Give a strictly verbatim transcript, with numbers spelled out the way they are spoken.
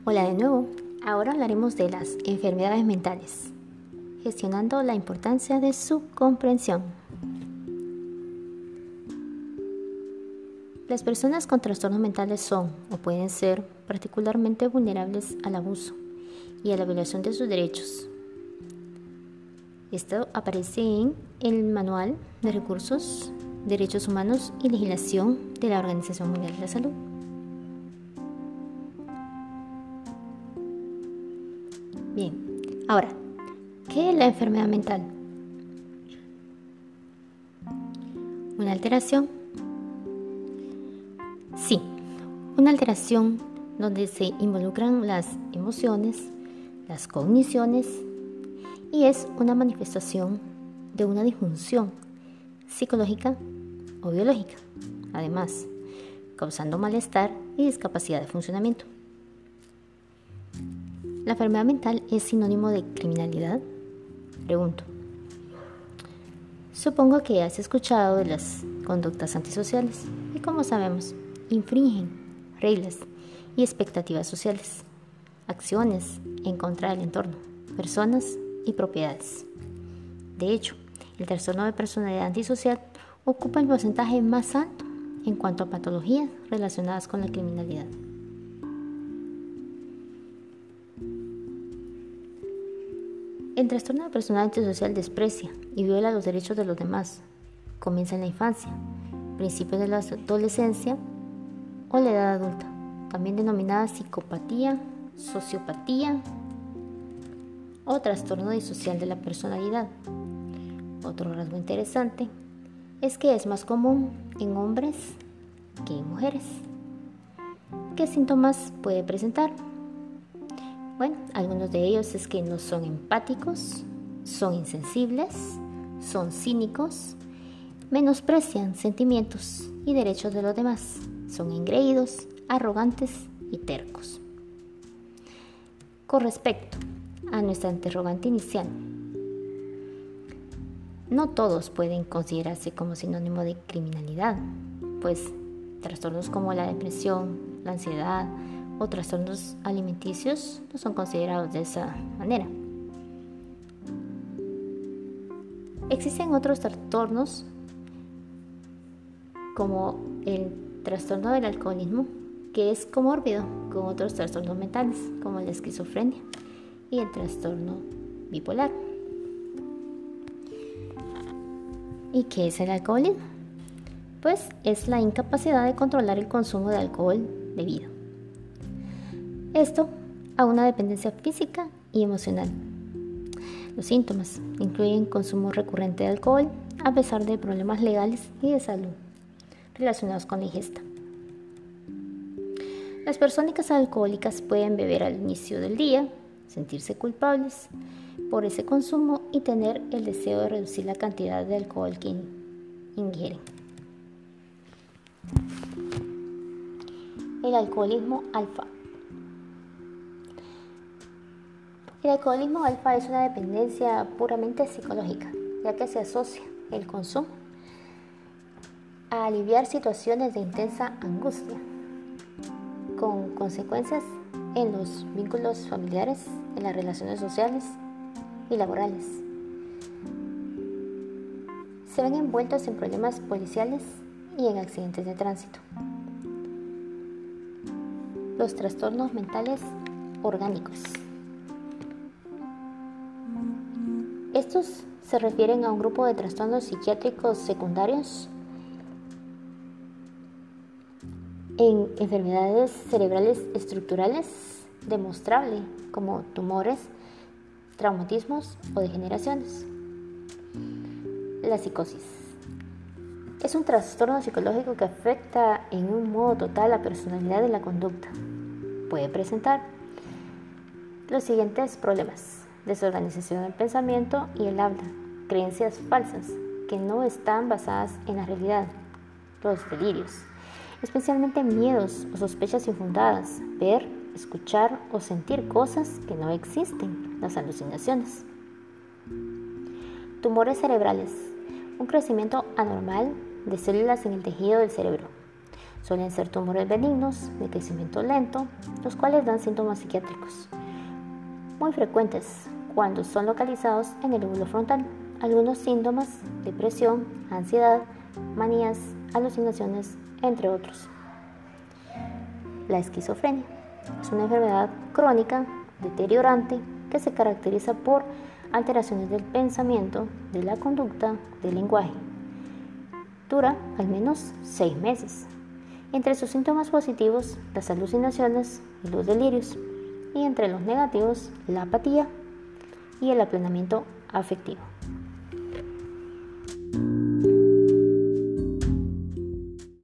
Hola de nuevo, ahora hablaremos de las enfermedades mentales, gestionando la importancia de su comprensión. Las personas con trastornos mentales son o pueden ser particularmente vulnerables al abuso y a la violación de sus derechos. Esto aparece en el Manual de Recursos, Derechos Humanos y Legislación de la Organización Mundial de la Salud. Bien, ahora, ¿qué es la enfermedad mental? ¿Una alteración? Sí, una alteración donde se involucran las emociones, las cogniciones y es una manifestación de una disfunción psicológica o biológica, además, causando malestar y discapacidad de funcionamiento. ¿La enfermedad mental es sinónimo de criminalidad? Pregunto. Supongo que has escuchado de las conductas antisociales y, como sabemos, infringen reglas y expectativas sociales, acciones en contra del entorno, personas y propiedades. De hecho, el trastorno de personalidad antisocial ocupa el porcentaje más alto en cuanto a patologías relacionadas con la criminalidad. El trastorno de personalidad antisocial desprecia y viola los derechos de los demás. Comienza en la infancia, principios de la adolescencia o la edad adulta, también denominada psicopatía, sociopatía o trastorno disocial de la personalidad. Otro rasgo interesante es que es más común en hombres que en mujeres. ¿Qué síntomas puede presentar? Bueno, algunos de ellos es que no son empáticos, son insensibles, son cínicos, menosprecian sentimientos y derechos de los demás, son engreídos, arrogantes y tercos. Con respecto a nuestra interrogante inicial, no todos pueden considerarse como sinónimo de criminalidad, pues trastornos como la depresión, la ansiedad o trastornos alimenticios no son considerados de esa manera. Existen otros trastornos como el trastorno del alcoholismo, que es comórbido con otros trastornos mentales como la esquizofrenia y el trastorno bipolar. ¿Y qué es el alcoholismo? Pues es la incapacidad de controlar el consumo de alcohol debido Esto a una dependencia física y emocional. Los síntomas incluyen consumo recurrente de alcohol a pesar de problemas legales y de salud relacionados con la ingesta. Las personas alcohólicas pueden beber al inicio del día, sentirse culpables por ese consumo y tener el deseo de reducir la cantidad de alcohol que ingieren. El alcoholismo alfa. El alcoholismo alfa es una dependencia puramente psicológica, ya que se asocia el consumo a aliviar situaciones de intensa angustia, con consecuencias en los vínculos familiares, en las relaciones sociales y laborales. Se ven envueltos en problemas policiales y en accidentes de tránsito. Los trastornos mentales orgánicos. Estos se refieren a un grupo de trastornos psiquiátricos secundarios en enfermedades cerebrales estructurales demostrable como tumores, traumatismos o degeneraciones. La psicosis es un trastorno psicológico que afecta en un modo total la personalidad y la conducta. Puede presentar los siguientes problemas: desorganización del pensamiento y el habla, creencias falsas que no están basadas en la realidad, los delirios, especialmente miedos o sospechas infundadas, ver, escuchar o sentir cosas que no existen, las alucinaciones. Tumores cerebrales, un crecimiento anormal de células en el tejido del cerebro, Suelen ser tumores benignos de crecimiento lento, los cuales dan síntomas psiquiátricos muy frecuentes cuando son localizados en el lóbulo frontal. Algunos síntomas: depresión, ansiedad, manías, alucinaciones, entre otros. La esquizofrenia es una enfermedad crónica deteriorante que se caracteriza por alteraciones del pensamiento, de la conducta, del lenguaje. Dura al menos seis meses. Entre sus síntomas positivos, las alucinaciones y los delirios, y entre los negativos, la apatía y el aplanamiento afectivo.